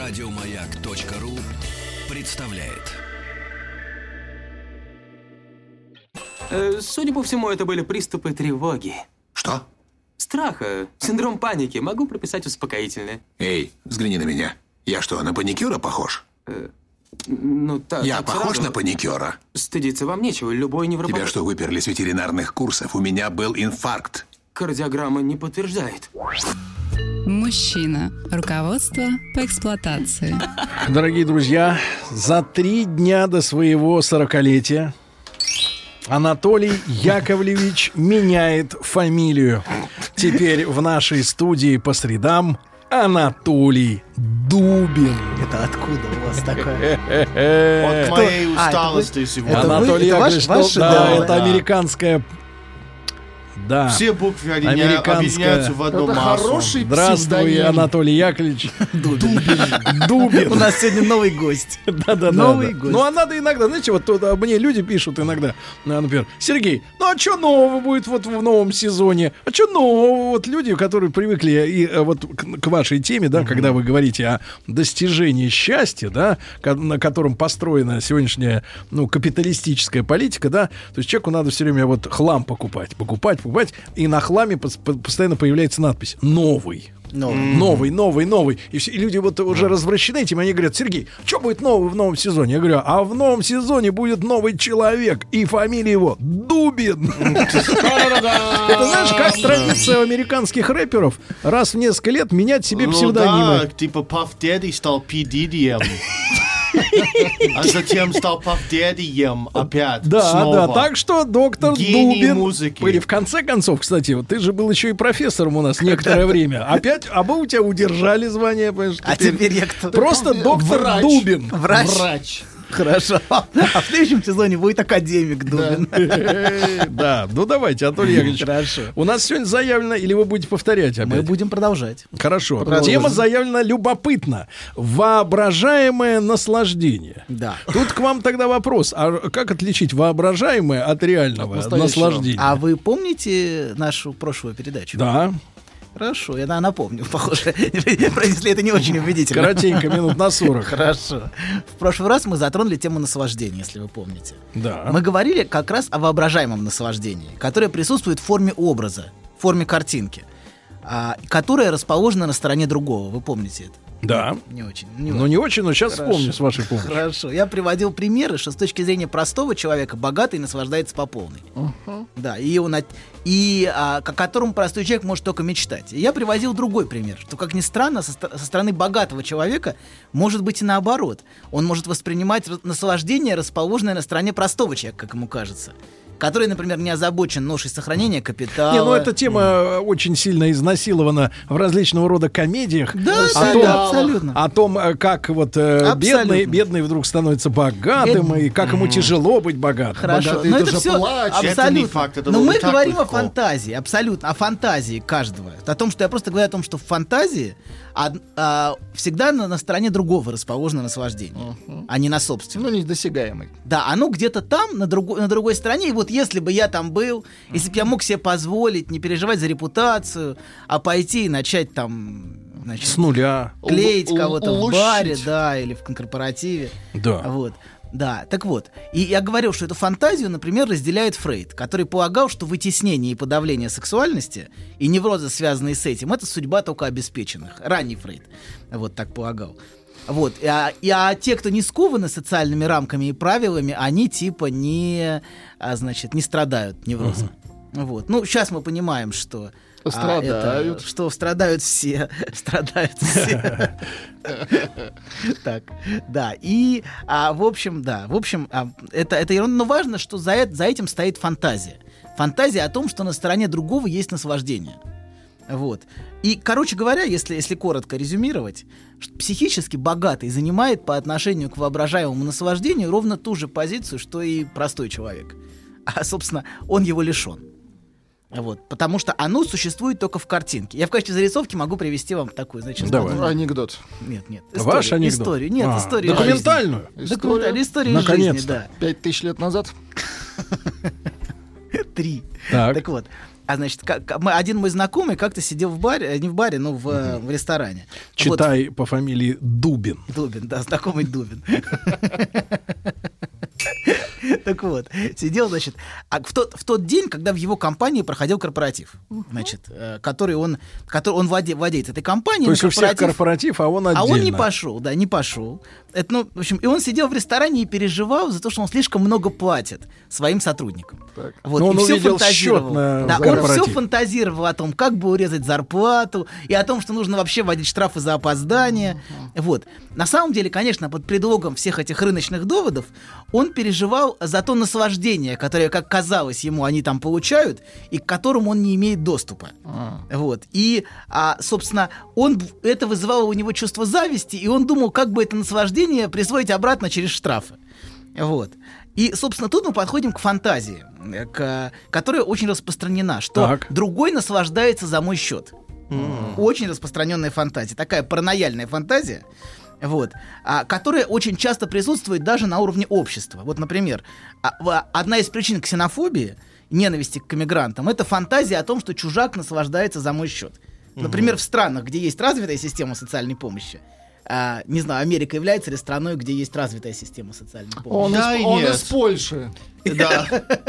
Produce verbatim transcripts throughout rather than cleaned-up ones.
Радиомаяк.ру представляет. Э, судя по всему, это были приступы тревоги. Что? Страха, синдром паники. Могу прописать успокоительное. Эй, взгляни на меня. Я что, на паникюра похож? Э, ну, так. Я так похож сразу. на паникюра? Стыдиться вам нечего, любой невропатолог. Тебя что, выперли с ветеринарных курсов? У меня был инфаркт. Кардиограмма не подтверждает. Мужчина. Руководство по эксплуатации. Дорогие друзья, за три дня до своего сорокалетия Анатолий Яковлевич меняет фамилию. Теперь в нашей студии по средам Анатолий Дубин. Это откуда у вас такое? От моей усталости сегодня. Анатолий Яковлевич, да, это американская... Да. Все буквы Американская. объединяются в одну Это массу. хороший Здравствуй, псевдоним. Анатолий Яковлевич. Дубин. Дубин. У нас сегодня новый гость. Да-да-да. Новый да. гость. Ну, а надо иногда, знаете, вот тут, а, мне люди пишут иногда, а, например, Сергей, ну а что нового будет вот в новом сезоне? А что нового? Вот люди, которые привыкли и а, вот к, к вашей теме, да, uh-huh. когда вы говорите о достижении счастья, да, ко- на котором построена сегодняшняя, ну, капиталистическая политика, да, то есть человеку надо все время вот хлам покупать, покупать, покупать, и на хламе пос- по- постоянно появляется надпись «Новый». Новый. Новый, новый, новый. И, все, и люди вот уже развращены этим, они говорят: Сергей, что будет нового в новом сезоне? Я говорю: а в новом сезоне будет новый человек, и фамилия его Дубин. Это знаешь, как традиция американских рэперов раз в несколько лет менять себе Ну псевдонимы. да, типа Puff Daddy стал P. Diddy'ем. А затем стал Puff Daddy'ем опять. Да, снова. да, так что доктор Гений Дубин. музыки. Или в конце концов, кстати, вот ты же был еще и профессором у нас некоторое время. Опять, а мы у тебя удержали звание, понимаешь? А теперь я кто? Просто доктор Врач. Дубин. Врач. Врач. Хорошо. А в следующем сезоне будет академик Дубин. Да, ну давайте, Анатолий Яковлевич. Хорошо. У нас сегодня заявлено, или вы будете повторять Мы опять? будем продолжать. Хорошо. Продолжим. Тема заявлена любопытно. Воображаемое наслаждение. Да. Тут к вам тогда вопрос. А как отличить воображаемое от реального От настоящего. наслаждения? А вы помните нашу прошлую передачу? Да. Хорошо, я напомню, похоже, если это не очень убедительно. Коротенько, минут на сорок. Хорошо. В прошлый раз мы затронули тему наслаждения, если вы помните. Да. Мы говорили как раз о воображаемом наслаждении, которое присутствует в форме образа, в форме картинки, а, которая расположена на стороне другого. Вы помните это? Да. Не очень. Не Ну, не очень, но сейчас Хорошо. вспомню с вашей помощью. Хорошо. Я приводил примеры, что с точки зрения простого человека богатый наслаждается по полной. Да, и он от- и а, о котором простой человек может только мечтать. И я приводил другой пример, что, как ни странно, со, ст- со стороны богатого человека может быть и наоборот. Он может воспринимать р- наслаждение, расположенное на стороне простого человека, как ему кажется, который, например, не озабочен ношей сохранения капитала. Не, ну эта тема э, очень сильно изнасилована в различного рода комедиях. Да, о да, том, да, абсолютно. О том, э, как вот э, Абсолютно. бедный, бедный вдруг становится богатым, и как ему тяжело быть богатым. Хорошо, Богатый но это это же все плач. абсолютно. Это не факт, это но было мы не так говорим о легко. фантазии, абсолютно, о фантазии каждого. О том, что я просто говорю о том, что в фантазии од- а, всегда на, на стороне другого расположено наслаждение, а не на собственном. Ну, недосягаемый. Да, оно где-то там, на, друго- на другой стороне. И вот если бы я там был, если бы я мог себе позволить не переживать за репутацию, а пойти и начать там, значит, С нуля. клеить Л- кого-то в улучшить. баре, да, или в корпоративе. Да. Вот. Да, так вот. И я говорил, что эту фантазию, например, разделяет Фрейд, который полагал, что вытеснение и подавление сексуальности и неврозы, связанные с этим, это судьба только обеспеченных. Ранний Фрейд вот так полагал. Вот. И, а, и, а те, кто не скованы социальными рамками и правилами, они типа не, а, значит, не страдают неврозом. Вот. Ну, сейчас мы понимаем, что... а, Страдают. это- что страдают все. Страдают все. Так, да. И, а, в общем, да. В общем, а, это, это ерунда. Но важно, что за, это- за этим стоит фантазия. Фантазия о том, что на стороне другого есть наслаждение. Вот. И, короче говоря, если, если коротко резюмировать, что психически богатый занимает по отношению к воображаемому наслаждению ровно ту же позицию, что и простой человек. А, собственно, он его лишен. Вот, потому что оно существует только в картинке. Я в качестве зарисовки могу привести вам такую, значит, Давай. Ну, анекдот. Нет, нет. Ваш историю, анекдот? Историю. Нет, А, историю. документальную? жизни. Документальную историю жизни, Наконец-то. да. Пять тысяч лет назад. Три. Так. Так вот. А значит, как, мы, один мой знакомый как-то сидел в баре, не в баре, но в, mm-hmm. в ресторане. Читай вот. По фамилии Дубин. Дубин, да, знакомый Дубин. Так вот, сидел, значит, а в тот, в тот день, когда в его компании проходил корпоратив, значит, который он, который он владеет этой компанией. То есть у всех корпоратив, а он отдельно. А он не пошел, да, не пошел. Это, ну, в общем, и он сидел в ресторане и переживал за то, что он слишком много платит своим сотрудникам. Вот, но он и все увидел фантазировал. счет на да, корпоратив. Он все фантазировал о том, как бы урезать зарплату, и о том, что нужно вообще вводить штрафы за опоздание. Uh-huh. Вот. На самом деле, конечно, под предлогом всех этих рыночных доводов он переживал за то наслаждение, которое, как казалось ему, они там получают, и к которому он не имеет доступа. Uh-huh. Вот. И, а, собственно, он, это вызывало у него чувство зависти, и он думал, как бы это наслаждение присвоить обратно через штрафы. Вот. И, собственно, тут мы подходим к фантазии, к, которая очень распространена, что так. другой наслаждается за мой счет. Mm. Очень распространенная фантазия, такая паранояльная фантазия, вот, а, которая очень часто присутствует даже на уровне общества. Вот, например, а, одна из причин ксенофобии, ненависти к иммигрантам, это фантазия о том, что чужак наслаждается за мой счет. Например, mm-hmm. в странах, где есть развитая система социальной помощи, А, не знаю, Америка является ли страной, где есть развитая система социальной помощи? Он, да из, он из Польши. Да.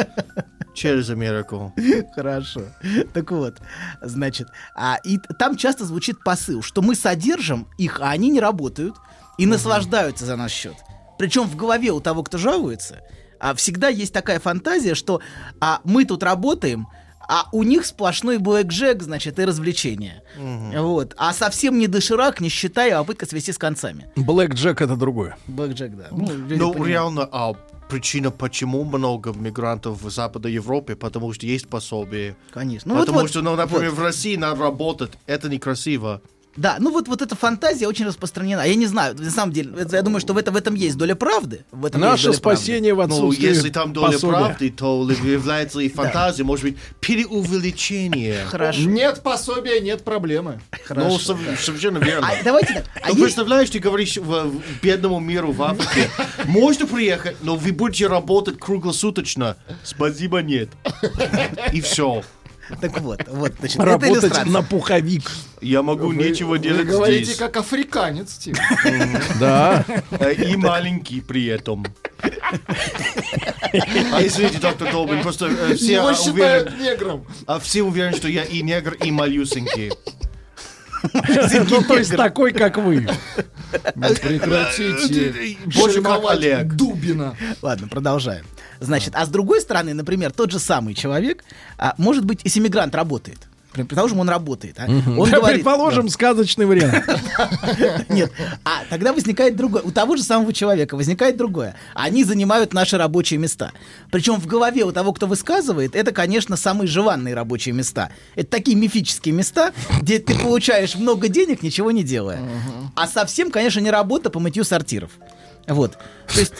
Через Америку. Хорошо. Так вот, значит, а, и там часто звучит посыл, что мы содержим их, а они не работают и наслаждаются за наш счет. Причем в голове у того, кто жалуется, а, всегда есть такая фантазия, что а, мы тут работаем, а у них сплошной блэкджек, значит, и развлечения. Угу. Вот. А совсем не доширак, не считая, а попытка свести с концами. Блэкджек — это другое. Блэкджек, да. Ну, ну реально, а причина, почему много мигрантов в Западной Европе, потому что есть пособие. Конечно. Ну, потому вот, что, ну, например, вот. в России надо работать. Это некрасиво. Да, ну вот, вот эта фантазия очень распространена. Я не знаю, на самом деле, я думаю, что в, это, в этом есть доля правды. В этом Наше доля спасение правды. в отсутствии Ну, если там доля пособия. правды, то является и фантазия, может быть, переувеличение. Хорошо. Нет пособия, нет проблемы. Хорошо. Ну, сов- совершенно верно. А, давайте так. А Ну, есть... представляешь, ты говоришь в, в бедному миру в Африке, можно приехать, но вы будете работать круглосуточно. Спасибо, нет. И все. Так вот, вот, значит, Работать это на пуховик. Я могу Вы, нечего делать вы говорите, здесь. как африканец, типа. Да. И маленький при этом. А извините, доктор Долбин, просто э, все Его а, считают уверены, негром. а все уверены, что я и негр, и малюсенький. Ну, то есть такой, как вы. Ну, прекратите. Больше как шельмовать Олег. Дубина. Ладно, продолжаем. Значит, а с другой стороны, например, тот же самый человек, а, может быть, если мигрант работает, предположим, он работает, а, он говорит... Предположим, сказочный вариант. Нет, а тогда возникает другое. У того же самого человека возникает другое. Они занимают наши рабочие места. Причем в голове у того, кто высказывает, это, конечно, самые желанные рабочие места. Это такие мифические места, где ты получаешь много денег, ничего не делая. А совсем, конечно, не работа по мытью сортиров. Вот. То есть...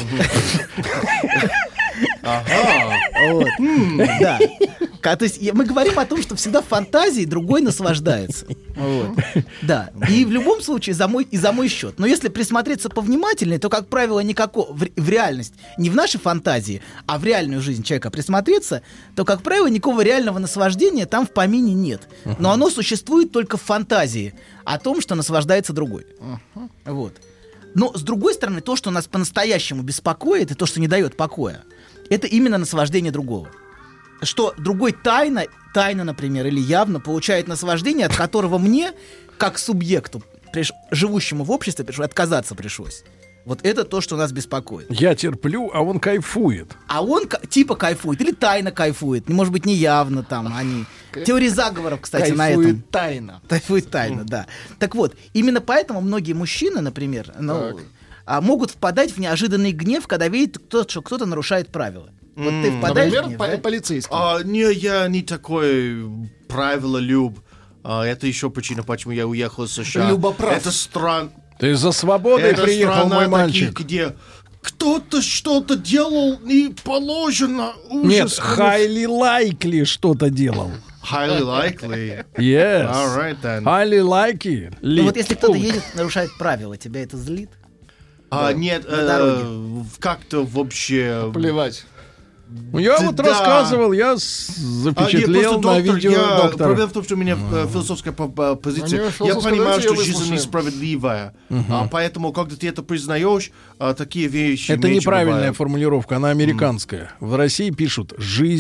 Ага. Вот. Да. Ка- То есть я- мы говорим о том, что всегда в фантазии другой наслаждается. Вот. Да. И в любом случае за мой, и за мой счет. Но если присмотреться повнимательнее, то, как правило, никакого в, ре- в реальность, не в нашей фантазии, а в реальную жизнь человека присмотреться, то, как правило, никакого реального наслаждения там в помине нет. Но оно существует только в фантазии о том, что наслаждается другой. Вот. Но, с другой стороны, то, что нас по-настоящему беспокоит, и то, что не дает покоя, это именно наслаждение другого. Что другой тайно, тайно, например, или явно получает наслаждение, от которого мне, как субъекту, приш... живущему в обществе, пришлось, отказаться пришлось. Вот это то, что нас беспокоит. Я терплю, а он кайфует. А он ка- типа кайфует, или тайно кайфует, может быть, не явно там они. Теории заговоров, кстати, на этом. Кайфует тайно. Кайфует тайно, да. Так вот, именно поэтому многие мужчины, например, ну, а, могут впадать в неожиданный гнев, когда видят, кто, что кто-то нарушает правила. Вот ты впадаешь в Например, гнев, по- да? полицейский. А, не, я не такой правилолюб. А, это еще причина, почему я уехал из США. Любоправ. Это страна... Ты за свободой Это приехал, страна мой таких, мальчик. где кто-то что-то делал не положено. Ужас. Нет, highly likely что-то делал. Highly likely. Yes. All right, then. Highly likely. Ну вот если кто-то едет, нарушает правила, тебя это злит? А, нет, на э, дороге. как-то вообще... Плевать. Я Да, вот да. рассказывал, я с- А, нет, запечатлел просто на доктор, видео я- доктора. Проблема в том, что у меня э, философская по- по- позиция. У него Я философская, понимаю, давайте что ее жизнь выслушаем. несправедливая. А, поэтому, когда ты это признаешь, а, такие вещи Это меньше неправильная бывают. формулировка, она американская. В России пишут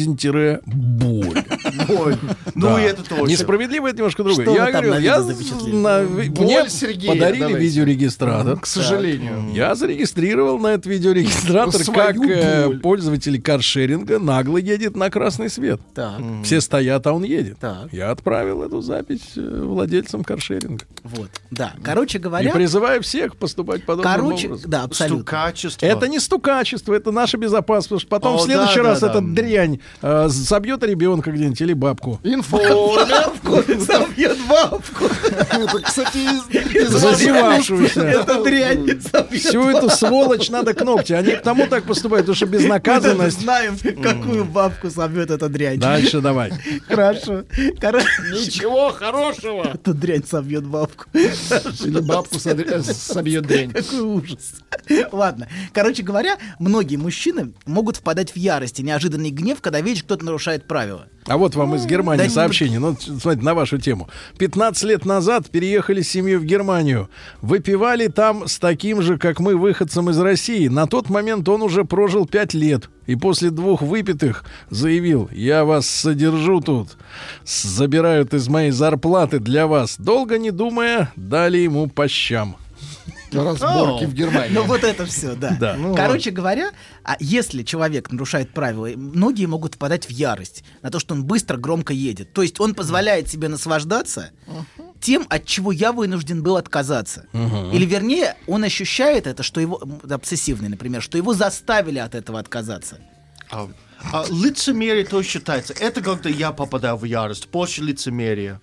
«жизнь-боль». Боль. Ну Да. и это тоже. Несправедливо это немножко другое. Что Я вы там говорю, на я видео запечатлели? на- Боль мне Сергея, подарили давайте. видеорегистратор. К сожалению. Я зарегистрировал на этот видеорегистратор, Свою как э, боль. пользователь каршеринга нагло едет на красный свет. Так, Все стоят, а он едет. так, Я отправил эту запись э, владельцам каршеринга. вот, да. Короче И говоря, призываю всех поступать подобным короче, образом. да, абсолютно. Стукачество. Это не стукачество, это наша безопасность. Потому что потом О, в следующий да, раз да, эта да. дрянь э, собьет ребенка где-нибудь или бабку. Информер. Забьет бабку. Это, кстати, из- из Зазевавшуюся. Это дрянь. Всю эту сволочь надо к ногтю. Они потому так поступают, потому что Мы даже безнаказанность. знаем, какую бабку собьет эта дрянь. Дальше давай. Хорошо. Короче, Ничего хорошего. эта дрянь собьет бабку. Или бабку содр- э, собьет дрянь. Какой ужас. Ладно. Короче говоря, многие мужчины могут впадать в ярость и неожиданный гнев, когда видят, кто-то нарушает правила. А вот вам из Германии Да не- сообщение. Ну, смотрите, на вашу тему. пятнадцать лет назад переехали с семьей в Германию. Выпивали там с таким же, как мы, выходцем из России. На тот момент он уже прожил пять лет. И после двух выпитых заявил: я вас содержу тут. С- Забирают из моей зарплаты для вас. Долго не думая, дали ему по щам. Разборки О. в Германии. Ну вот это все, да. Да. Ну, Короче говоря, а если человек нарушает правила, многие могут впадать в ярость на то, что он быстро, громко едет. То есть он позволяет себе наслаждаться тем, от чего я вынужден был отказаться. Или вернее, он ощущает это, что его, м, обсессивный, например, что его заставили от этого отказаться. А, а лицемерие тоже считается. Это когда я попадаю в ярость. Больше лицемерия.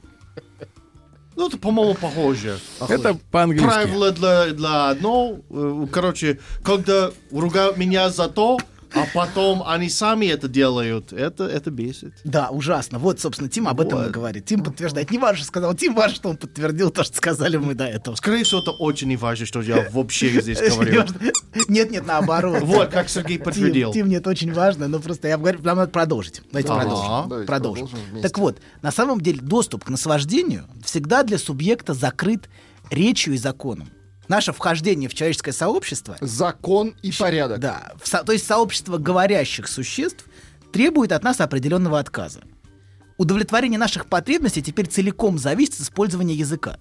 Ну, это, по-моему, похоже. Это по-английски. Правило для, для одного. э, Короче, когда ругают меня за то, а потом они сами это делают, это, это бесит. Да, ужасно. Вот, собственно, Тим об этом и Вот. говорит. Тим подтверждает. Не важно, что сказал Тим, важно, что он подтвердил то, что сказали мы до этого. Скорее всего, это очень не важно, что я вообще здесь говорю. Серьезно? Нет, нет, наоборот. Вот, как Сергей Тим, подтвердил. Тим, нет, очень важно, но просто я говорю, нам надо продолжить. Давайте Ага. продолжим. Давайте продолжим. продолжим вместе. Так вот, на самом деле доступ к наслаждению всегда для субъекта закрыт речью и законом. Наше вхождение в человеческое сообщество, Закон и порядок. да, в со- то есть сообщество говорящих существ, требует от нас определенного отказа. Удовлетворение наших потребностей теперь целиком зависит от использования языка.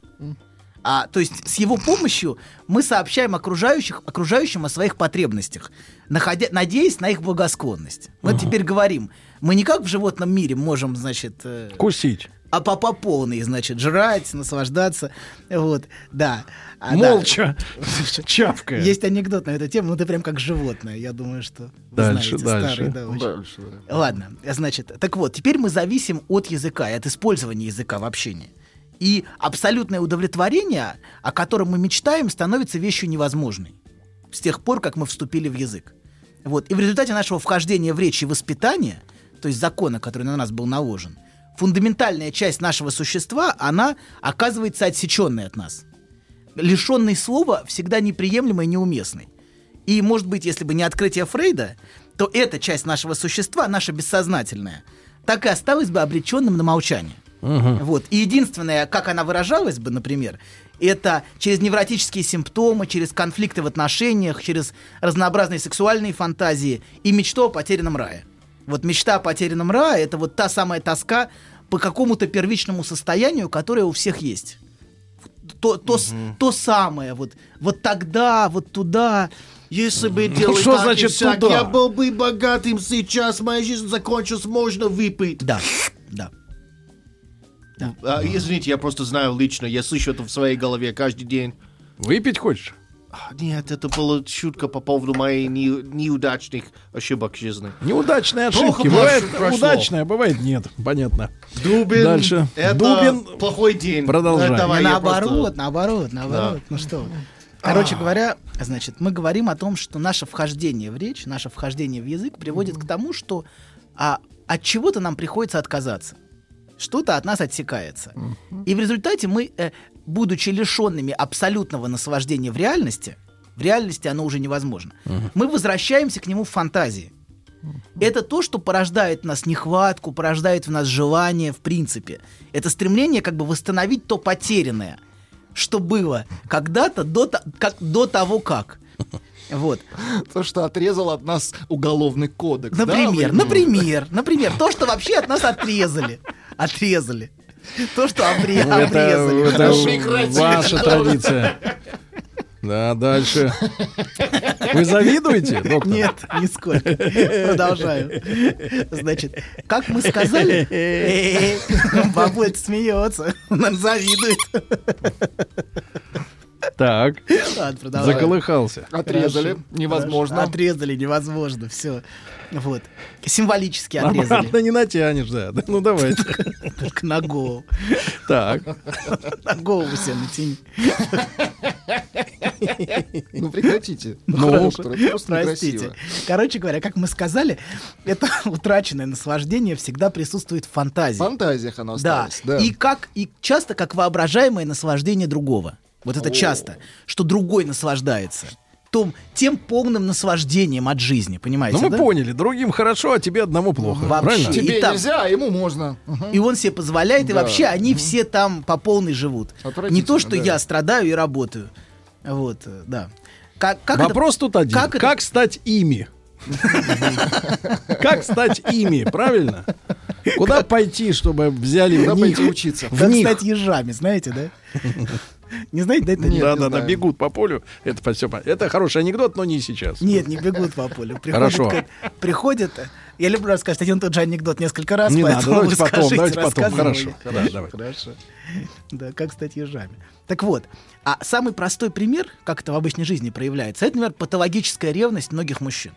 А, то есть с его помощью мы сообщаем окружающих, окружающим о своих потребностях, находя, надеясь на их благосклонность. Мы теперь говорим, мы не как в животном мире можем, значит, э, Кусить. а по, по полной, значит, жрать, наслаждаться, вот, да. А, да. Молча. Чавкая. Есть анекдот на эту тему, ну ты прям как животное, я думаю, что вы Дальше, знаете, дальше. старый, да, очень. Дальше, да. Ладно, значит, так вот, теперь мы зависим от языка и от использования языка в общении. И абсолютное удовлетворение, о котором мы мечтаем, становится вещью невозможной с тех пор, как мы вступили в язык. Вот. И в результате нашего вхождения в речь и воспитания, то есть закона, который на нас был наложен, фундаментальная часть нашего существа, она оказывается отсеченной от нас. Лишенный слова всегда неприемлемой и неуместной. И, может быть, если бы не открытие Фрейда, то эта часть нашего существа, наша бессознательная, так и осталась бы обреченным на молчание. Вот. И единственное, как она выражалась бы, например, это через невротические симптомы, через конфликты в отношениях, через разнообразные сексуальные фантазии и мечту о потерянном рае. Вот мечта о потерянном рае — это вот та самая тоска по какому-то первичному состоянию, которое у всех есть. То, то, с- то самое, вот, вот тогда, вот туда. Если бы делать что так и значит сяк, туда? я был бы богатым сейчас, моя жизнь закончилась, можно выпить. Да, да. А, извините, я просто знаю лично, я слышу это в своей голове каждый день. Выпить хочешь? А, Нет, это была шутка по поводу моей не- неудачных ошибок в жизни. Неудачные Плохо ошибки. Бывает прошло. удачная, бывает нет. Понятно. Дубин, Дальше. это Дубин. плохой день. Продолжай. Э, давай, Не я наоборот, просто- наоборот, наоборот. Ну что вы. Короче говоря, значит, мы говорим о том, что наше вхождение в речь, наше вхождение в язык приводит к тому, что а, от чего-то нам приходится отказаться. Что-то от нас отсекается. И в результате мы, э, будучи лишенными абсолютного наслаждения в реальности, в реальности оно уже невозможно, мы возвращаемся к нему в фантазии. Это то, что порождает в нас нехватку, порождает в нас желание, в принципе. Это стремление как бы восстановить то потерянное, что было когда-то до, то- как, до того, как. Вот. То, что отрезал от нас уголовный кодекс. да, Например, вы- например, например, то, что вообще от нас отрезали. Отрезали. То, что обре- Ну, это, обрезали. это Хорошо, прекратите. ваша традиция. Да, дальше. Вы завидуете, доктор? Нет, нисколько. Продолжаю. Значит, как мы сказали... Э-э-э, Бабуль смеется, он завидует. Так, Ладно, продолжаю. заколыхался. Отрезали. Хорошо, Невозможно. хорошо. Отрезали, невозможно, все. Вот. Символически отрезали. Обратно не натянешь, да. Да, ну давайте. Только на голову. Так. На голову себе натяни. Ну прекратите. Ну, доктор, это просто Простите. некрасиво. Короче говоря, как мы сказали, это утраченное наслаждение всегда присутствует в фантазии. В фантазиях оно Да. осталось. Да. И как и часто как воображаемое наслаждение другого. Вот это О. часто, что другой наслаждается. Том, тем полным наслаждением от жизни, понимаете, Ну мы да? поняли, другим хорошо, а тебе одному плохо. Вообще. Правильно? И Тебе там- нельзя, а ему можно. Мгм. И он себе позволяет, и Да. вообще они все там по полной живут. Отвратительно, Не то, что да. я страдаю и работаю. Вот, э, да. Как, как Вопрос это- тут один. как Как, это- стать ими? Как стать ими, правильно? Куда пойти, чтобы взяли Куда в них? пойти учиться? В Как них. стать ежами, знаете, да? Не знаете, да, это Нет, Да, не да, да, знаю. бегут по полю. Это все. Это хороший анекдот, но не сейчас. Нет, не бегут по полю. Приходят, Хорошо. к- приходят. Я люблю рассказать один и тот же анекдот несколько раз, Не надо, поэтому давайте вы потом, скажите, давайте потом. рассказываю Хорошо. я. Да, давай. Хорошо. Да, как стать ежами. Так вот, а самый простой пример, как это в обычной жизни проявляется, это, например, патологическая ревность многих мужчин.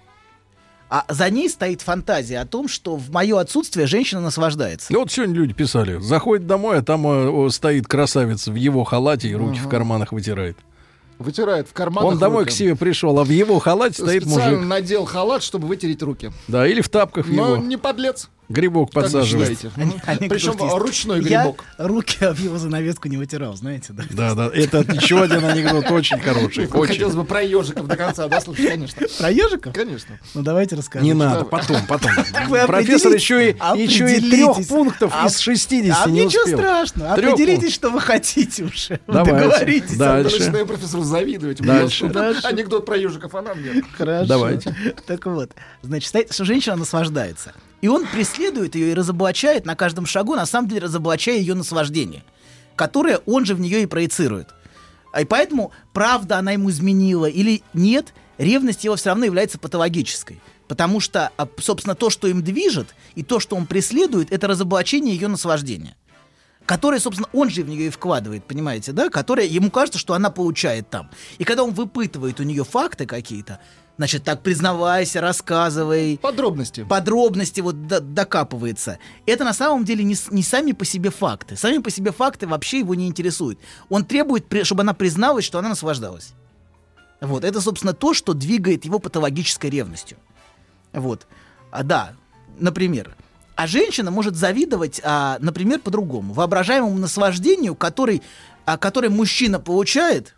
А за ней стоит фантазия о том, что в мое отсутствие женщина наслаждается. Ну вот сегодня люди писали, заходит домой, а там э, о, стоит красавец в его халате и руки в карманах вытирает. Вытирает в карманах. Он домой к руки. себе пришел, а в его халате стоит Специально мужик. надел халат, чтобы вытереть руки. Да, или в тапках Но его. не подлец. Грибок Как вы подсаживает. считаете? Они- Мгм. анекдот Причем есть. ручной Я грибок. руки об его занавеску не вытирал, знаете, да? Да, да, это еще один анекдот очень хороший. Хотелось Очень. бы про ежиков до конца, да, слушай, конечно. Про ежиков? Конечно. Ну давайте расскажем. Не надо, потом, потом. вы Профессор определитесь, еще и, еще и трех определитесь. пунктов А- из шестидесяти А не ничего успел. страшного. Трех Определитесь, что вы хотите уже. Давайте. Договоритесь. Да. Я Дальше. начинаю профессору завидовать. Дальше. Вот Дальше. Анекдот про ежиков, она мне. Хорошо. Давайте. Так вот, значит, стоит, что женщина наслаждается. И он преследует ее и разоблачает на каждом шагу, на самом деле разоблачая ее наслаждение, которое он же в нее и проецирует. А И поэтому, правда она ему изменила или нет, ревность его все равно является патологической. Потому что, а, собственно, то, что им движет, и то, что он преследует, это разоблачение ее наслаждения. Которое, собственно, он же в нее и вкладывает, понимаете, да? Которое ему кажется, что она получает там. И когда он выпытывает у нее факты какие-то, значит, так признавайся, рассказывай, Подробности. подробности вот до- докапывается. Это на самом деле не, с- не сами по себе факты. Сами по себе факты вообще его не интересуют. Он требует, при- чтобы она призналась, что она наслаждалась. Вот, это, собственно, то, что двигает его патологической ревностью. Вот. А, да, например. А женщина может завидовать, а, например, по-другому. Воображаемому наслаждению, который, а, которое мужчина получает,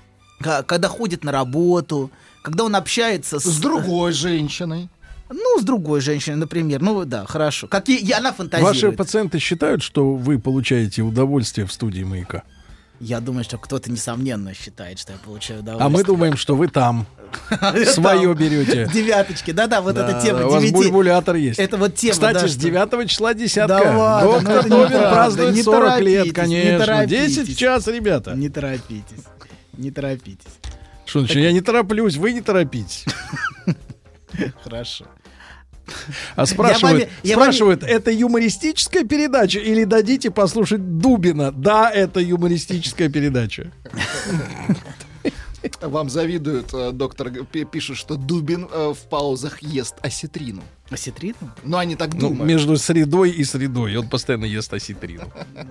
ка- когда ходит на работу, когда он общается с... С другой женщиной. Ну, с другой женщиной, например. Ну, да, хорошо. Как и, и она фантазирует. Ваши пациенты считают, что вы получаете удовольствие в студии «Маяка». Я думаю, что кто-то, несомненно, считает, что я получаю А удовольствие. мы думаем, что вы там свое берете. Девяточки. Да-да, вот Да, эта тема у вас девяти. бульбулятор есть. Это вот тема, Кстати, да, с что- девятого числа десятка. Да ладно, ну Доктор это Добин неправда, празднует не сорок лет, торопитесь, не конечно. торопитесь. десять в час, ребята. Не торопитесь. Не торопитесь. Что значит, я не тороплюсь, вы не торопитесь. Хорошо. А спрашивают, вами- я вами- спрашивают, это юмористическая передача или дадите послушать Дубина? Да, это юмористическая передача. Вам завидуют, э, доктор г- пи- пишет, что Дубин э, в паузах ест осетрину. Осетрину? Но они так Ну, думают. между средой и средой. Он постоянно ест осетрину.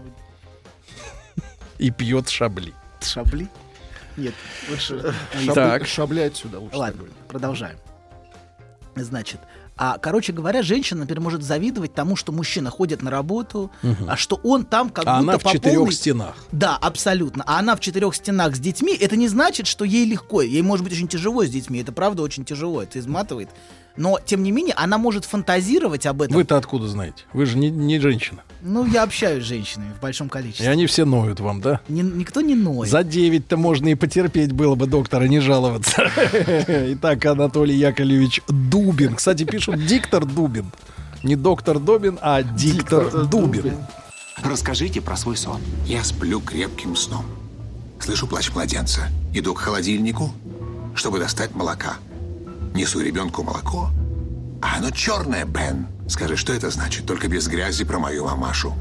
И пьет шабли. Шабли? Нет, лучше... Шаб- Так. Шабля отсюда лучше. Ладно, так говорить. продолжаем. Значит, А, короче говоря, женщина, например, может завидовать тому, что мужчина ходит на работу, угу. а что он там как а будто она в по четырех полной... стенах. Да, абсолютно. А она в четырех стенах с детьми, это не значит, что ей легко. Ей может быть очень тяжело с детьми. Это правда очень тяжело, это изматывает. Но, тем не менее, она может фантазировать об этом. Вы-то откуда знаете? Вы же не, не женщина. Ну, я общаюсь с женщинами в большом количестве. И они все ноют вам, да? Не, никто не ноет. За девять-то можно и потерпеть было бы, доктора, не жаловаться. Итак, Анатолий Яковлевич Дубин. Кстати, пишут диктор Дубин. Не доктор Добин, а диктор, диктор Дубин. Дубин. Расскажите про свой сон. Я сплю крепким сном. Слышу плач младенца. Иду к холодильнику, чтобы достать молока. Несу ребенку молоко, а оно черное, Бен. Скажи, что это значит? Только без грязи про мою мамашу.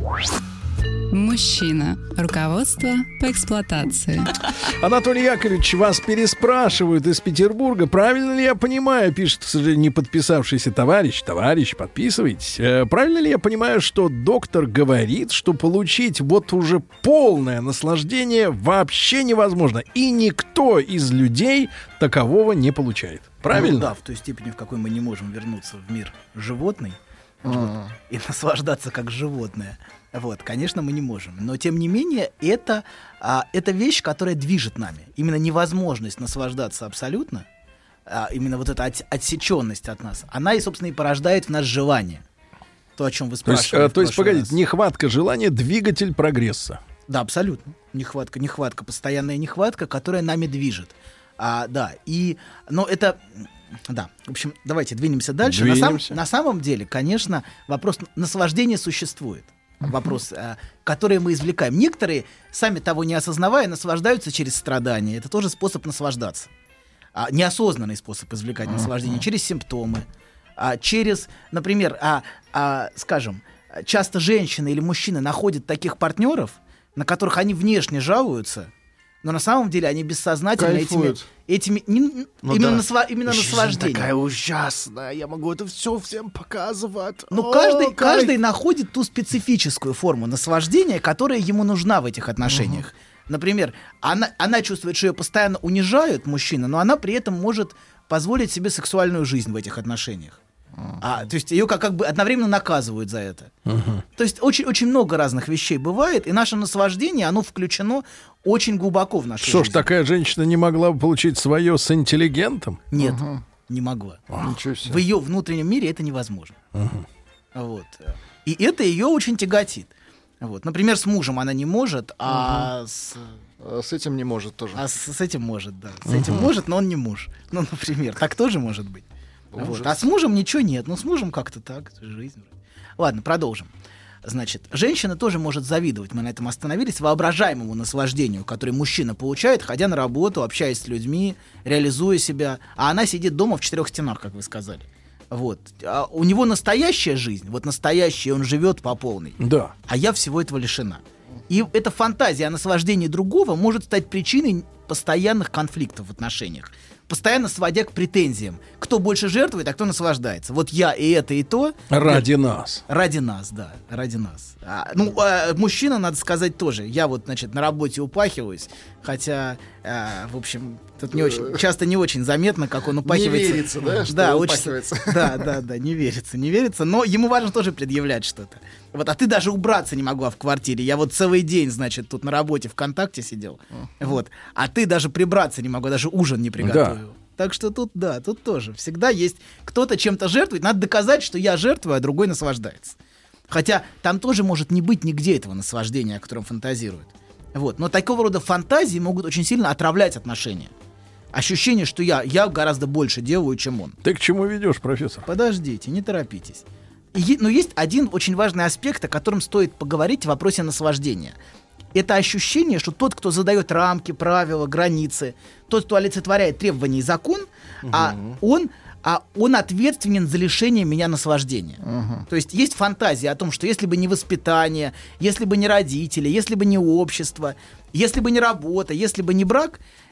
Мужчина. Руководство по эксплуатации. Анатолий Яковлевич, вас переспрашивают из Петербурга. Правильно ли я понимаю, пишет, к сожалению, не подписавшийся товарищ. Товарищ, подписывайтесь. Э, правильно ли я понимаю, что доктор говорит, что получить вот уже полное наслаждение вообще невозможно? И никто из людей такового не получает. Правильно? Ну, да, в той степени, в какой мы не можем вернуться в мир животный вот, и наслаждаться как животное. Вот, конечно, мы не можем. Но, тем не менее, это, а, это вещь, которая движет нами. Именно невозможность наслаждаться абсолютно, а, именно вот эта от, отсеченность от нас, она, и, собственно, и порождает в нас желание. То, о чем вы спрашивали. То есть, то есть погодите, раз. Нехватка желания — двигатель прогресса. Да, абсолютно. Нехватка, нехватка, постоянная нехватка, которая нами движет. А, да, и, но это... Да, в общем, давайте двинемся дальше. Двинемся. На, сам, на самом деле, конечно, вопрос наслаждения существует. Вопрос, а, который мы извлекаем. Некоторые, сами того не осознавая, наслаждаются через страдания. Это тоже способ наслаждаться. А, неосознанный способ извлекать uh-huh. наслаждение. Через симптомы. А, через, например, а, а, скажем, часто женщины или мужчины находят таких партнеров, на которых они внешне жалуются, но на самом деле они бессознательно этими, этими не, ну именно, да. насва, именно наслаждением. Такая ужасная, я могу это все всем показывать. Но О, каждый, каждый находит ту специфическую форму наслаждения, которая ему нужна в этих отношениях. Угу. Например, она, она чувствует, что ее постоянно унижают мужчина, но она при этом может позволить себе сексуальную жизнь в этих отношениях. Uh-huh. А, то есть ее как, как бы одновременно наказывают за это. Uh-huh. То есть очень, очень много разных вещей бывает, и наше наслаждение, оно включено очень глубоко в нашу Что жизнь. ж, такая женщина не могла бы получить свое с интеллигентом? Нет, uh-huh. не могла. Uh-huh. В ее внутреннем мире это невозможно. Uh-huh. Вот. И это ее очень тяготит. Вот. Например, с мужем она не может, а uh-huh. с... С этим не может тоже. А с, с этим может, да. С uh-huh. этим может, но он не муж. Ну, например, так тоже может быть. Вот. А с мужем ничего нет. Ну, с мужем как-то так, жизнь. Ладно, продолжим. Значит, женщина тоже может завидовать, мы на этом остановились, воображаемому наслаждению, которое мужчина получает, ходя на работу, общаясь с людьми, реализуя себя, а она сидит дома в четырех стенах, как вы сказали. Вот. А у него настоящая жизнь, вот настоящая, он живет по полной. Да. А я всего этого лишена. И эта фантазия о наслаждении другого может стать причиной постоянных конфликтов в отношениях, постоянно сводя к претензиям. Кто больше жертвует, а кто наслаждается. Вот я и это, и то. Ради нас. Ради нас, да, ради нас. А, ну, а, мужчина, надо сказать, тоже. Я вот, значит, на работе упахиваюсь, хотя, а, в общем, тут не очень, часто не очень заметно, как он упахивается. Не верится, да, что да, упахивается. Очень, да, да, да, не верится, не верится. Но ему важно тоже предъявлять что-то. Вот, а ты даже убраться не могла в квартире. Я вот целый день, значит, тут на работе ВКонтакте сидел. Uh-huh. Вот. А ты даже прибраться не могла, даже ужин не приготовил. Да. Так что тут, да, тут тоже. Всегда есть кто-то чем-то жертвует. Надо доказать, что я жертвую, а другой наслаждается. Хотя там тоже может не быть нигде этого наслаждения, о котором фантазируют. Вот. Но такого рода фантазии могут очень сильно отравлять отношения. Ощущение, что я, я гораздо больше делаю, чем он. Ты к чему ведешь, профессор? Подождите, не торопитесь. И, но есть один очень важный аспект, о котором стоит поговорить в вопросе наслаждения. Это ощущение, что тот, кто задает рамки, правила, границы, тот, кто олицетворяет требования и закон, угу. а он, а он ответственен за лишение меня наслаждения. Угу. То есть есть фантазия о том, что если бы не воспитание, если бы не родители, если бы не общество, если бы не работа, если бы не брак,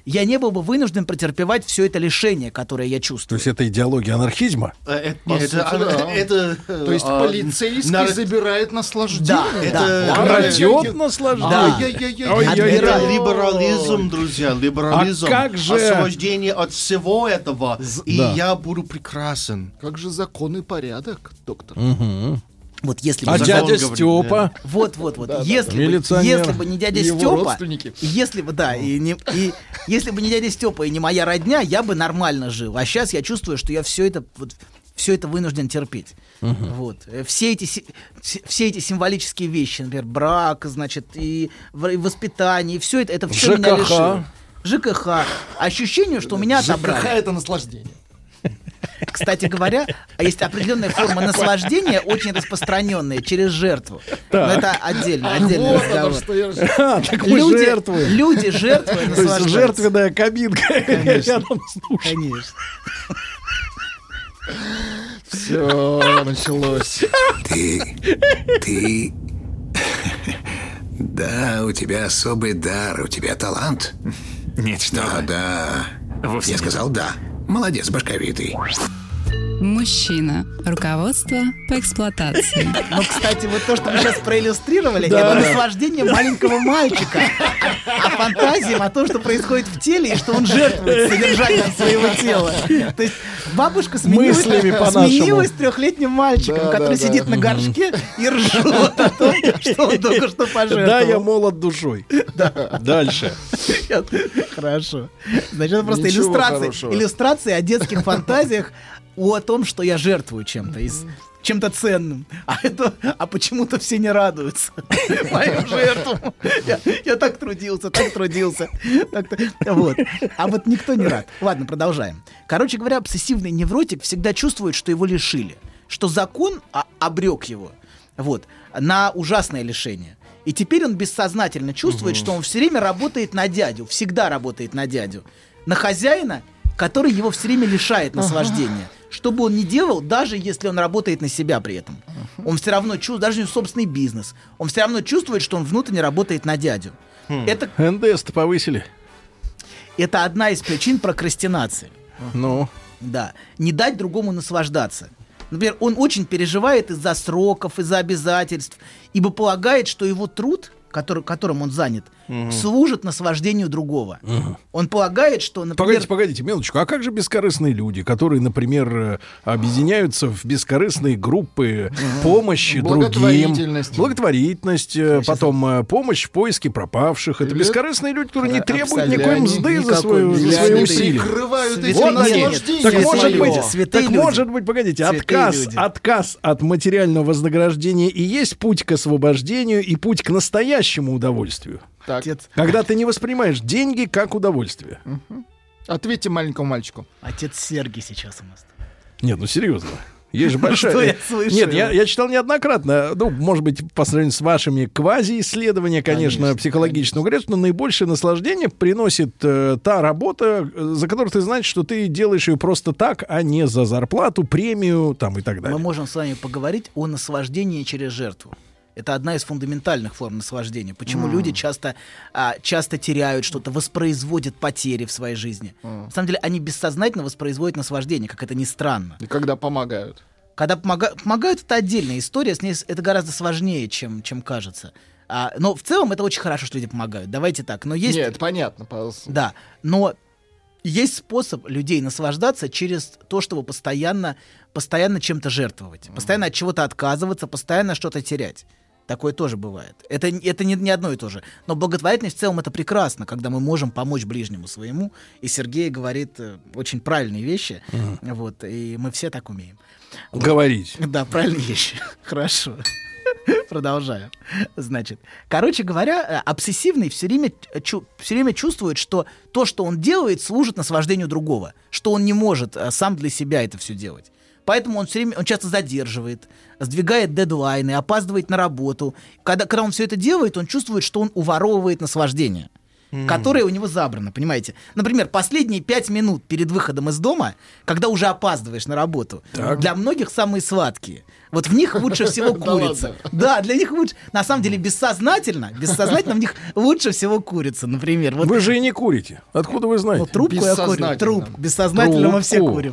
я не был бы вынужден претерпевать все это лишение, которое я То чувствую. есть это идеология анархизма? Э, Это, По это, сути, а, да. это, э, То есть а, полицейский нар- забирает наслаждение. Да, это- да. Крадет наслаждение? Ай-яй-яй-яй. Ой, Это ой, ой. либерализм, друзья, либерализм. А как же- Освобождение от всего этого, и да. я буду прекрасен. Как же закон и порядок, доктор? Вот если бы А закон дядя говорит, Степа? Вот, вот, вот. Да, да, если, да. бы, Милиционер. если бы не дядя Его Степа, родственники. если бы, да, и, не, и если бы не дядя Степа и не моя родня, я бы нормально жил. А сейчас я чувствую, что я все это, вот, все это вынужден терпеть. Вот. Э, Все эти, си- си- все эти символические вещи, например, брак, значит, и, в- и воспитание, и все это, это все меня ЖКХ. лишило. ЖКХ. Ощущение, что у меня отобрали. ЖКХ — это наслаждение. Кстати говоря, есть определенная форма наслаждения, очень распространенная, через жертву. Но это отдельно, отдельный Вот оно, разговор. что я... А, так мы Люди, жертвуем. люди жертвуя То есть наслаждаются. жертвенная кабинка рядом с душой. Конечно. Все, началось. Ты... Ты... Да, у тебя особый дар, у тебя талант. Нет, что Да, вы. да. Вовсе Я нет. сказал да. Молодец, башковитый. Мужчина. Руководство по эксплуатации. Ну, кстати, вот то, что вы сейчас проиллюстрировали, Да. это наслаждение маленького мальчика. А фантазиям о том, что происходит в теле, и что он жертвует содержанием своего тела. То есть бабушка сменилась, Мыслями по-нашему. сменилась трехлетним мальчиком, Да, который да, да. сидит на горшке и ржет о том, что он только что пожертвовал. Да, я молод душой. Дальше. Хорошо. Значит, это просто Ничего иллюстрации, хорошего. иллюстрации о детских фантазиях, о том, что я жертвую чем-то, из, чем-то ценным. А, это, а почему-то все не радуются моим жертвам. Я, я так трудился, так трудился. Так-то- вот. А вот никто не рад. Ладно, продолжаем. Короче говоря, обсессивный невротик всегда чувствует, что его лишили. Что закон а, обрек его вот, на ужасное лишение. И теперь он бессознательно чувствует, что он все время работает на дядю, всегда работает на дядю, на хозяина, который его все время лишает наслаждения. Что бы он ни делал, даже если он работает на себя при этом. Он все равно чувствует, даже у него собственный бизнес, он все равно чувствует, что он внутренне работает на дядю. Это, эн дэ эс-то повысили. это одна из причин прокрастинации. Ну, Да, не дать другому наслаждаться. Например, он очень переживает из-за сроков, из-за обязательств, ибо полагает, что его труд, который, которым он занят, служит наслаждению другого. Он полагает, что, например... погодите, погодите, минуточку. А как же бескорыстные люди, которые, например, э, объединяются в бескорыстные группы помощи другим? Благотворительность. Благотворительность, э, потом э, помощь в поиске пропавших. Это Или- бескорыстные люди, которые не Да, требуют абсолютно. никакой Они мзды за, никакой свою, за мзды. свои Они усилия. Прикрывают Святые эти Вот люди. они. наслаждения. Так Святые может люди. быть, Святые так люди. может быть, погодите, Святые отказ, люди. отказ от материального вознаграждения и есть путь к освобождению и путь к настоящему удовольствию. Так, Отец, Когда ты не воспринимаешь деньги как удовольствие. ответьте маленькому мальчику. отец Сергий сейчас у нас. Нет, ну серьезно. Есть же большая... Что я слышу? Нет, я, я читал неоднократно, ну, может быть, по сравнению с вашими квази-исследования, конечно, Конечно, психологического, говорят, что наибольшее наслаждение приносит э, та работа, э, за которую ты знаешь, что ты делаешь ее просто так, а не за зарплату, премию там и так Мы далее. можем с вами поговорить о наслаждении через жертву. Это одна из фундаментальных форм наслаждения. Почему люди часто, а, часто теряют что-то, воспроизводят потери в своей жизни. На самом деле они бессознательно воспроизводят наслаждение, как это ни странно. И когда помогают. Когда помога- помогают, это отдельная история, с ней с- это гораздо сложнее, чем, чем кажется. А, но в целом это очень хорошо, что люди помогают. Давайте так. Но есть... Нет, понятно. по- Да, но есть способ людей наслаждаться через то, чтобы постоянно, постоянно чем-то жертвовать, постоянно от чего-то отказываться, постоянно что-то терять. Такое тоже бывает. Это, это не, не одно и то же. Но благотворительность в целом это прекрасно, когда мы можем помочь ближнему своему. И Сергей говорит э, очень правильные вещи. Вот, и мы все так умеем. Говорить. Да, правильные вещи. Хорошо. Продолжаем. Значит, короче говоря, э, обсессивный все время, э, чу- все время чувствует, что то, что он делает, служит наслаждению другого, что он не может э, сам для себя это все делать. Поэтому он все время, он часто задерживает, сдвигает дедлайны, опаздывает на работу. Когда, когда он все это делает, он чувствует, что он уворовывает наслаждение. которое у него забрано, понимаете? Например, последние пять минут перед выходом из дома, когда уже опаздываешь на работу, Так. для многих самые сладкие. Вот в них лучше всего Да курица. ладно? Да, для них лучше. На самом деле бессознательно, бессознательно в них лучше всего курица, например. Вот, Вы же и не курите. Откуда вы знаете? ну, трубку я курю, Бессознательно. трубку. Бессознательно мы все Трубку. курим.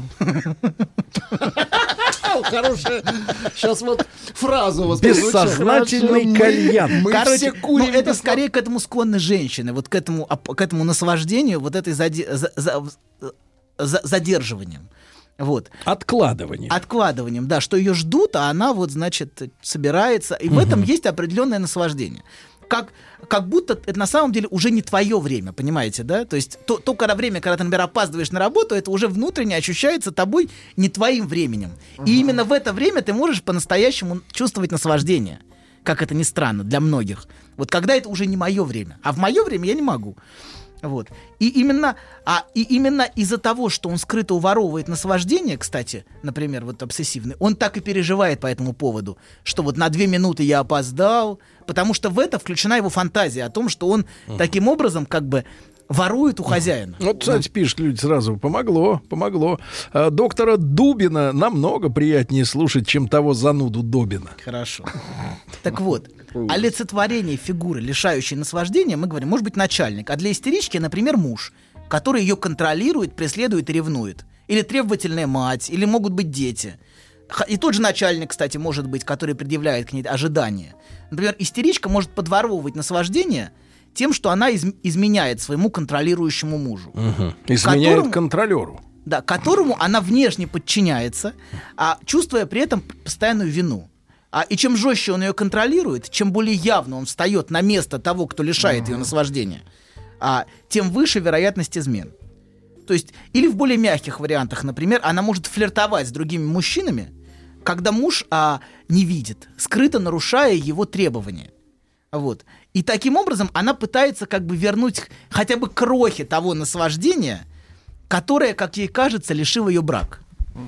Хорошая. Сейчас вот фразу вас прозвучит. Бессознательный Мы- кальян. Мы Короче, все курим. ну, это бессо- скорее к этому склонны женщины, вот к этому, оп- к этому наслаждению, вот этой заде- за- за- за- задерживанием. Вот. Откладывание. Откладыванием, да, что ее ждут, а она вот, значит, собирается. И в этом есть определенное наслаждение. Как, как будто это на самом деле уже не твое время, понимаете, да? То есть то, то когда время, когда ты, например, опаздываешь на работу, это уже внутренне ощущается тобой не твоим временем. И именно в это время ты можешь по-настоящему чувствовать наслаждение. Как это ни странно, для многих. Вот когда это уже не мое время. А в мое время я не могу. Вот. И именно, а, и именно из-за того, что он скрыто уворовывает наслаждение, кстати, например, вот обсессивный, он так и переживает по этому поводу, что вот на две минуты я опоздал, потому что в это включена его фантазия о том, что он таким образом как бы ворует у хозяина. Вот, кстати, пишут люди сразу, помогло, помогло. А, доктора Дубина намного приятнее слушать, чем того зануду Добина. Хорошо. Так вот, олицетворение фигуры, лишающей наслаждения, мы говорим, может быть начальник, а для истерички, например, муж, который ее контролирует, преследует и ревнует. Или требовательная мать, или могут быть дети. Х- И тот же начальник, кстати, может быть, который предъявляет к ней ожидания. Например, истеричка может подворовывать наслаждение тем, что она из- изменяет своему контролирующему мужу. Изменяет Которому- контролеру. Да, которому она внешне подчиняется, а чувствуя при этом постоянную вину. А, и чем жестче он ее контролирует, чем более явно он встает на место того, кто лишает ее наслаждения, а, тем выше вероятность измен. То есть, или в более мягких вариантах, например, она может флиртовать с другими мужчинами, когда муж а, не видит, скрыто нарушая его требования. Вот. И таким образом она пытается как бы вернуть хотя бы крохи того наслаждения, которое, как ей кажется, лишило ее брак.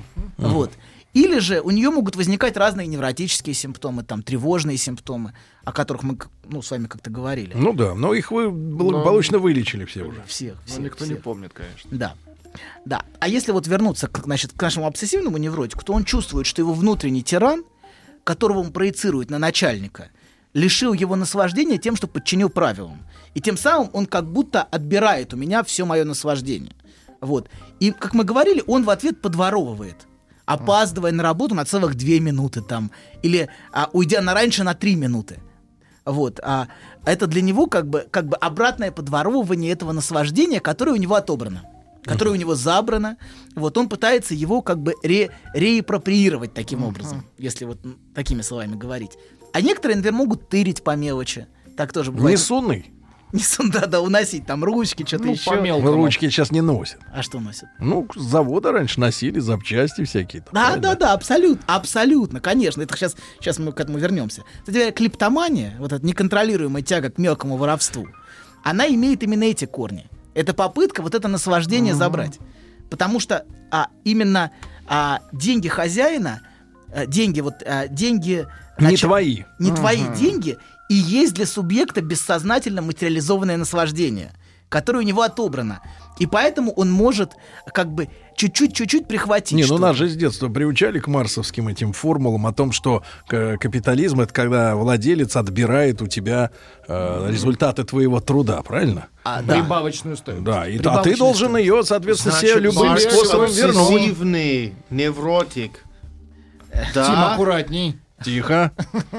Вот. Или же у нее могут возникать разные невротические симптомы, там, тревожные симптомы, о которых мы ну, с вами как-то говорили. Ну да, но их вы благополучно вылечили все уже. Всех, всех, Ну, никто не всех. помнит, конечно. Да. Да. А если вот вернуться к, значит, к нашему обсессивному невротику, то он чувствует, что его внутренний тиран, которого он проецирует на начальника, лишил его наслаждения тем, что подчинил правилам. И тем самым он как будто отбирает у меня все мое наслаждение. Вот. И, как мы говорили, он в ответ подворовывает, опаздывая на работу на целых две минуты там, или а, уйдя на раньше на три минуты. Вот. А это для него как бы, как бы обратное подворовывание этого наслаждения, которое у него отобрано, которое у него забрано. Вот он пытается его как бы ре, реапроприировать таким образом, если вот м, такими словами говорить. А некоторые, например, могут тырить по мелочи. Так тоже бывает. Несунный. Не сунда, да, уносить там ручки, что-то Ну, еще. по мелкому. Ручки сейчас не носят. А что носят? Ну, с завода раньше носили запчасти всякие. там, Да, правильно? да, да, абсолютно, абсолютно, конечно. Это сейчас, сейчас мы к этому вернемся. Кстати говоря, клиптомания, вот эта неконтролируемая тяга к мелкому воровству, она имеет именно эти корни. Это попытка вот это наслаждение забрать. Потому что а, именно а, деньги хозяина, а, деньги, вот, а, деньги... Не значит, твои. не твои деньги и есть для субъекта бессознательно материализованное наслаждение, которое у него отобрано. И поэтому он может как бы чуть-чуть-чуть прихватить. Не, ну что-то. нас же с детства приучали к марксовским этим формулам о том, что к- капитализм — это когда владелец отбирает у тебя э, результаты твоего труда, правильно? А, да. Прибавочную стоимость. Да, и, а ты Прибавочная должен стоимость. ее, соответственно, себе Значит, любым Маркс способом вернуть. обсессивный невротик. Тим, Да. аккуратней. Тихо.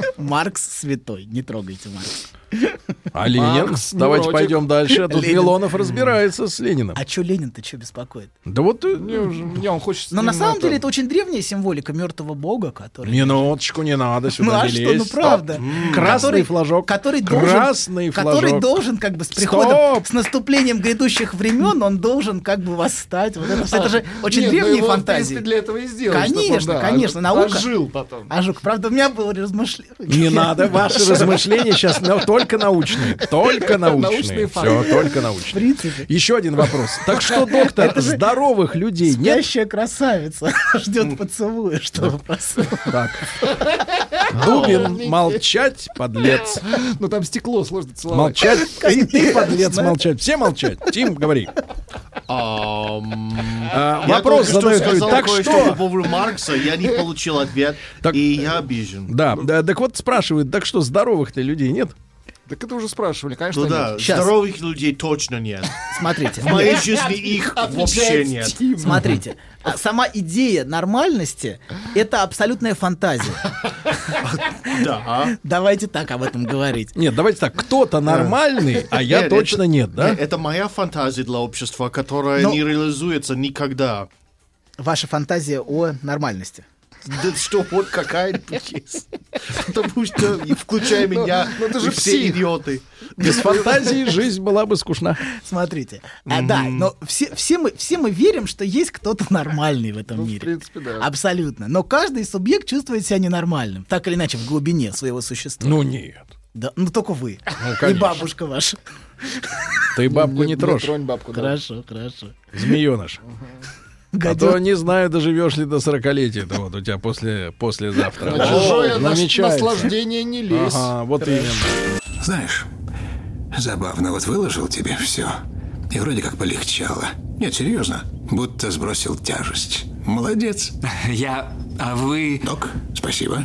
Маркс святой, не трогайте Маркс. А Ленин? Маркс, Давайте невротик. пойдем дальше. А тут Ленин. Милонов разбирается с Лениным. А чё Ленин-то чё беспокоит? Да вот э, Не, уже- не, он хочет с Но ним на самом это- деле это очень древняя символика мертвого бога, который... минуточку, не надо Ну сюда а не что, лезть. ну Стоп. правда. М, Красный Который- флажок. Который должен, Красный который флажок. должен как бы с приходом, Стоп. с наступлением грядущих времен, он должен как бы восстать. Вот это, всё, это же очень Нет, ну древние его, в фантазии. принципе, для этого и сделали. чтобы он, Конечно, да, конечно, ожил- наука- Ожил потом. А Жук, правда, у меня было размышление. Не надо, ваши размышления сейчас только научные. Только научные. Научные Все, факты. только В научные. принципе. Еще один вопрос. Так что, доктор, Это же здоровых людей нет? Спящая красавица ждет поцелуя, чтобы проснулась. Так. Дубин, молчать, подлец. Ну там стекло сложно целовать. Молчать. И ты, подлец, молчать. Все молчать. Тим, говори. Ам, А, Я вопрос только что задают. сказал Так кое-что что? по поводу Маркса, я не получил ответ, Так- и я обижен. Да, да, так вот спрашивают, так что здоровых-то людей нет? Так это уже спрашивали, конечно, Ну да, нет. Щас. здоровых людей точно нет. Смотрите. В моей жизни их вообще нет. Смотрите, а сама идея нормальности — это абсолютная фантазия. Да. Давайте так об этом говорить. Нет, давайте так, кто-то нормальный, а я Нет, точно это- нет, да? нет, Это моя фантазия для общества, которая Но- не реализуется никогда. Ваша фантазия о нормальности. Да что, вот какая-нибудь есть. Потому что, и включая меня, ну ты же и все псих. идиоты. Без фантазии жизнь была бы скучна. Смотрите. А, да, но все, все, мы, все мы верим, что есть кто-то нормальный в этом Ну, в мире. принципе, да. Абсолютно. Но каждый субъект чувствует себя ненормальным. Так или иначе, в глубине своего существа. Ну нет. Да, ну только вы. И конечно. бабушка ваша. Ты бабку не трожь, тронь бабку, да. Хорошо, хорошо. змееныш. А Гадё- то не знаю, доживешь ли до сорокалетия-то вот у тебя после, послезавтра. На чужое О, наш- намечается. наслаждение не лезь. Ага, вот именно. Знаешь, забавно, вот выложил тебе все. И вроде как полегчало. Нет, серьезно. Будто сбросил тяжесть. Молодец. Я... А вы... Док, спасибо.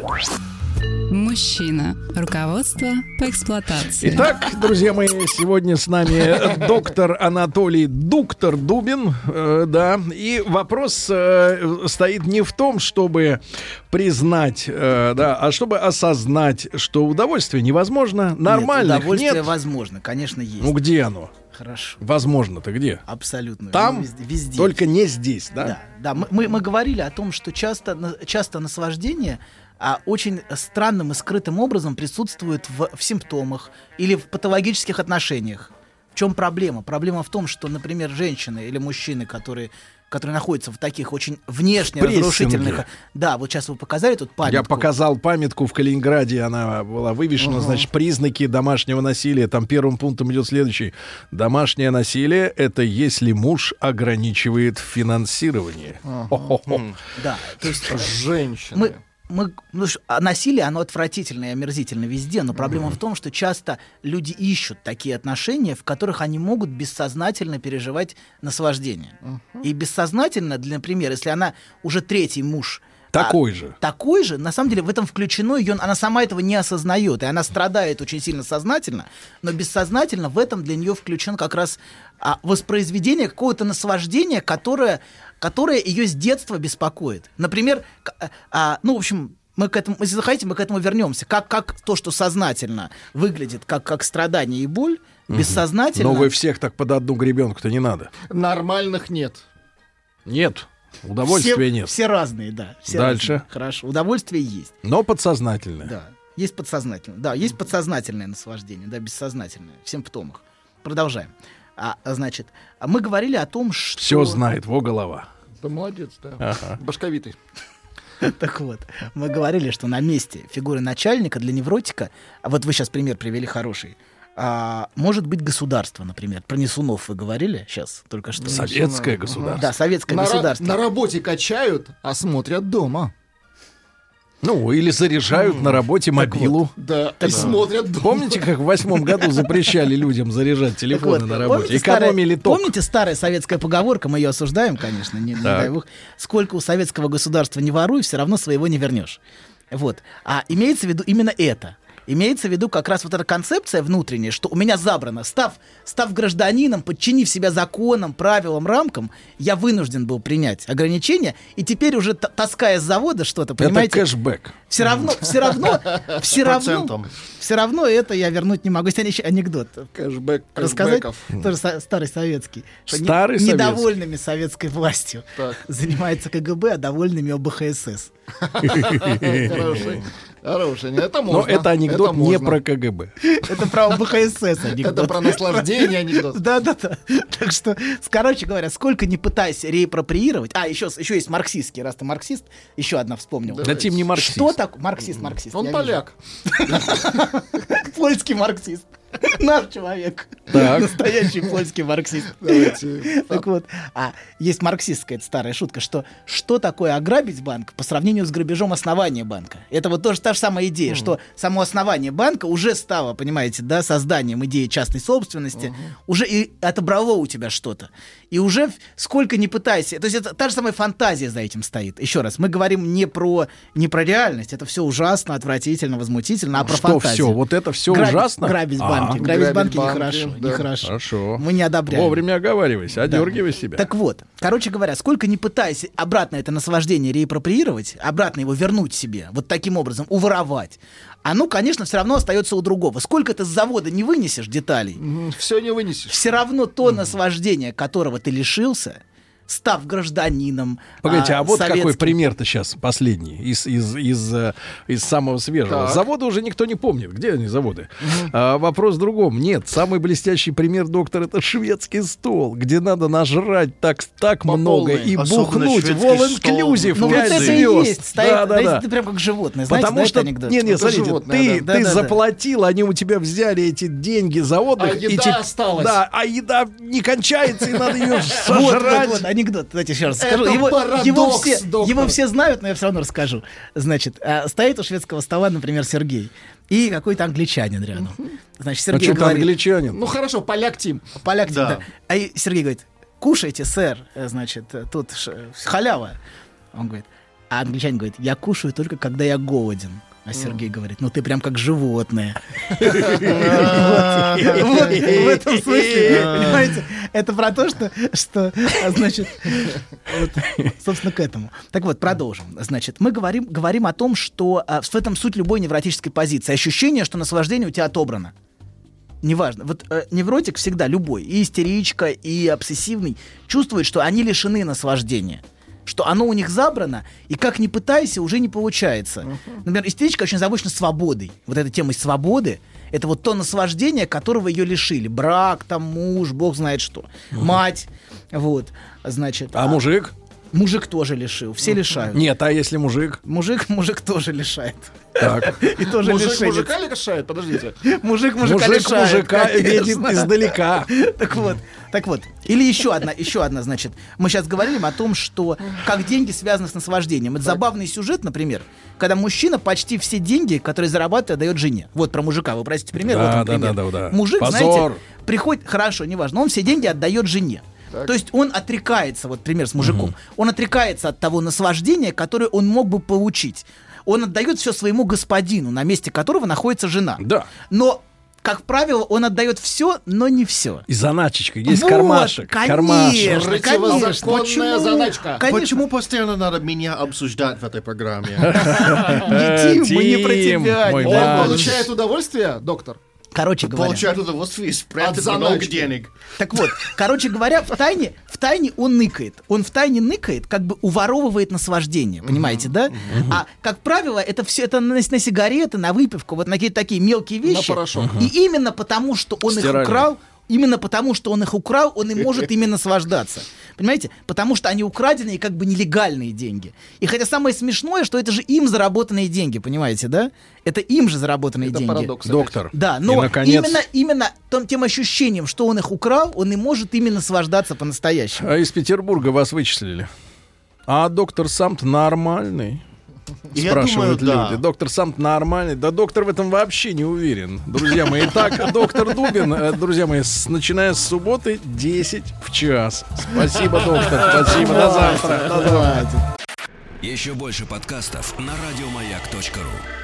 Мужчина. Руководство по эксплуатации. Итак, друзья мои, сегодня с нами доктор Анатолий Дуктор Дубин, э, да, и вопрос э, стоит не в том, чтобы признать, э, да, а чтобы осознать, что удовольствие невозможно, Нет, нормальных удовольствие нет. возможно, конечно, есть. Ну где оно? Хорошо. Возможно-то где? Абсолютно. Там? Ну, везде, везде. Только не здесь, да? Да, да. Мы, мы, мы говорили о том, что часто, на- часто наслаждение а, очень странным и скрытым образом присутствует в, в симптомах или в патологических отношениях. В чем проблема? Проблема в том, что, например, женщины или мужчины, которые, которые находятся в таких очень внешне В прессинге. разрушительных... Да, вот сейчас вы показали тут памятку. Я показал памятку в Калининграде, она была вывешена, значит, признаки домашнего насилия. Там первым пунктом идет следующий. Домашнее насилие — это если муж ограничивает финансирование. Хо-хо-хо. Да, то есть... Женщины. Мы, мы, ну, ш- а насилие, оно отвратительно и омерзительно везде, но проблема в том, что часто люди ищут такие отношения, в которых они могут бессознательно переживать наслаждение. И бессознательно, для, например, если она уже третий муж, Такой а, же. такой же, на самом деле в этом включено ее, она сама этого не осознает, и она страдает очень сильно сознательно, но бессознательно в этом для нее включен как раз а, воспроизведение какого-то наслаждения, которое, которое ее с детства беспокоит. Например, к- а, ну, в общем, мы к этому, если захотите, мы к этому вернемся. Как, как то, что сознательно выглядит как, как страдание и боль, бессознательно... Но вы всех так под одну гребенку-то не надо. Нормальных нет. Нет, удовольствия все, нет. Все разные, да. Все Дальше. разные. Хорошо. Удовольствие есть. Но подсознательное. Да. Есть подсознательное. Да, есть подсознательное наслаждение, да, бессознательное, в симптомах. Продолжаем. А, а, значит, а мы говорили о том, что... Все знает, во голова. Да молодец, да. Башковитый. Так вот, мы говорили, что на месте фигуры начальника для невротика, а вот вы сейчас пример привели хороший, а, может быть государство, например. Про Несунов вы говорили сейчас только что? Советское государство. Да, советское На, ра- государство. на работе качают, а смотрят дома. Ну, или заряжают на работе мобилу. Да, и смотрят дома. Помните, как в восьмом году запрещали людям заряжать Так телефоны вот, на работе? помните старая- Экономили ток. Помните старая советская поговорка, мы ее осуждаем, конечно, не, не Так. дай бог, сколько у советского государства не воруй, все равно своего не вернешь. Вот. А имеется в виду именно это. Имеется в виду как раз вот эта концепция внутренняя, что у меня забрано, став, став гражданином, подчинив себя законам, правилам, рамкам, я вынужден был принять ограничения, и теперь уже т- таская с завода что-то, Это понимаете, кэшбэк. все равно, все равно, все равно, Процентом. все равно это я вернуть не могу. Есть еще анекдот. Кэшбэк, Рассказать? кэшбэков. Тоже со- старый советский. Что не- Старый советский. недовольными советской властью Так. занимается КГБ, а довольными ОБХСС. Хороший. Хороший, не, это Но можно. это анекдот это не можно. про КГБ. Это про БХСС анекдот. Это про наслаждение анекдот. Да-да-да. Так что, короче говоря, сколько не пытайся реапроприировать... А, еще, еще есть марксистский, раз ты марксист, еще одна вспомнил. Да Тим не марксист. Что такое? Марксист, марксист. Он я поляк. вижу. Польский марксист. Наш человек. Так. Настоящий польский марксист. Давайте. Так вот, а есть марксистская эта старая шутка, что что такое ограбить банк по сравнению с грабежом основания банка? Это вот тоже та же самая идея, что само основание банка уже стало, понимаете, да, созданием идеи частной собственности, уже и отобрало у тебя что-то. И уже в- сколько ни пытайся, то есть это та же самая фантазия за этим стоит. Еще раз, мы говорим не про, не про реальность, это все ужасно, отвратительно, возмутительно, а про Что фантазию. все? Вот это все Грабить- ужасно? Грабить А, банки. Грабить грабить банки банки, нехорошо. да. Нехорошо. Хорошо. Мы не одобряем. Вовремя оговаривайся, Да. одергивай себя. Так вот, короче говоря, сколько не пытайся обратно это наслаждение реапроприировать, обратно его вернуть себе, вот таким образом, уворовать, оно, конечно, все равно остается у другого. Сколько ты с завода не вынесешь деталей, Все не вынесешь. все равно то наслаждение, которого ты лишился, став гражданином. Погодите, а, вот какой советским. пример-то сейчас последний из, из, из, э, из самого свежего. Так. Заводы уже никто не помнит. Где они, заводы? А, вопрос в другом. Нет, самый блестящий пример, доктор, это шведский стол, где надо нажрать так, так По много полной. и Особенно бухнуть. шведский All-inclusive, Ну вот пять это и звезд. есть. Стоит, Да, да, знаете, да. ты прям как животное. Знаете, Потому да, что, это анекдот? не, не, Это смотрите, животное, ты, да. ты Да-да-да. заплатил, они у тебя взяли эти деньги за отдых. А и еда те- осталась. Да, а еда не кончается, и надо ее Вот, сожрать. вот, вот, анекдот. Давайте еще раз Это скажу. Его, парадокс, его, все, доктор. его все знают, но я все равно расскажу. Значит, а, стоит у шведского стола, например, Сергей, и какой-то англичанин рядом. Значит, А Сергей что-то говорит... англичанин. Ну хорошо, поляк Тим. Поляк, Да. да. А и Сергей говорит, кушайте, сэр, э, значит, э, тут ш- халява. Он говорит, а англичанин говорит, я кушаю только когда я голоден. А Сергей говорит, ну ты прям как животное. Вот в этом смысле, понимаете, это про то, что, что, а, значит, вот, собственно, к этому. Так вот, продолжим. Значит, мы говорим, говорим о том, что а, в этом суть любой невротической позиции. Ощущение, что наслаждение у тебя отобрано. Неважно. Вот э, невротик всегда, любой, и истеричка, и обсессивный, чувствует, что они лишены наслаждения. Что оно у них забрано, и как ни пытайся, уже не получается. Например, истеричка очень озабочена свободой. Вот эта тема свободы, это вот то наслаждение, которого ее лишили. Брак, там, муж, бог знает что. Мать, вот, значит. А мужик? Мужик тоже лишил, все лишают. Нет, а если мужик? Мужик, мужик тоже лишает. Так. И тоже Мужик лишенец. мужика ли решает? Подождите. Мужик мужика Мужик лишает, мужика конечно. видит издалека. Так вот, так вот. Или еще одна, еще одна, значит. Мы сейчас говорим о том, что как деньги связаны с наслаждением. Это забавный сюжет, например, когда мужчина почти все деньги, которые зарабатывает, дает жене. Вот про мужика, вы просите пример. Да, вот он да, пример. да, да, да. Мужик, Позор. знаете, приходит, хорошо, неважно, он все деньги отдает жене. Так. То есть он отрекается, вот пример с мужиком, он отрекается от того наслаждения, которое он мог бы получить. Он отдает все своему господину, на месте которого находится жена. Да. Но, как правило, он отдает все, но не все. И заначечка, есть Вот, кармашек. конечно, кармашек. конечно. Законная заначка. Конечно. Почему постоянно надо меня обсуждать в этой программе? Не, Тим, мы не про Тим, тебя. мой не Он мальчик. надо. получает удовольствие, доктор? Короче говоря. Получают удовольствие и спрятать От много заначки. денег. Так вот, короче говоря, в тайне, в тайне он ныкает. Он в тайне ныкает, как бы уворовывает наслаждение, понимаете, да? А, как правило, это все это на, на сигареты, на выпивку, вот на какие-то такие мелкие вещи. На порошок. И именно потому, что он их Стиральный. украл, именно потому, что он их украл, он и может ими наслаждаться. Понимаете? Потому что они украденные, как бы нелегальные деньги. И хотя самое смешное, что это же им заработанные деньги, понимаете, да? Это им же заработанные Это деньги. парадокс. Доктор. Да, И, но наконец, именно, именно том, тем ощущением, что он их украл, он и может ими наслаждаться по-настоящему. а из Петербурга вас вычислили. А доктор сам-то нормальный. Я Спрашивают думаю, да. люди. Доктор сам нормальный. Да доктор в этом вообще не уверен. Друзья мои, итак, доктор Дубин, э, друзья мои, с- начиная с субботы десять в час. Спасибо, доктор. Спасибо. До завтра. До завтра. Еще больше подкастов на радиомаяк точка ру.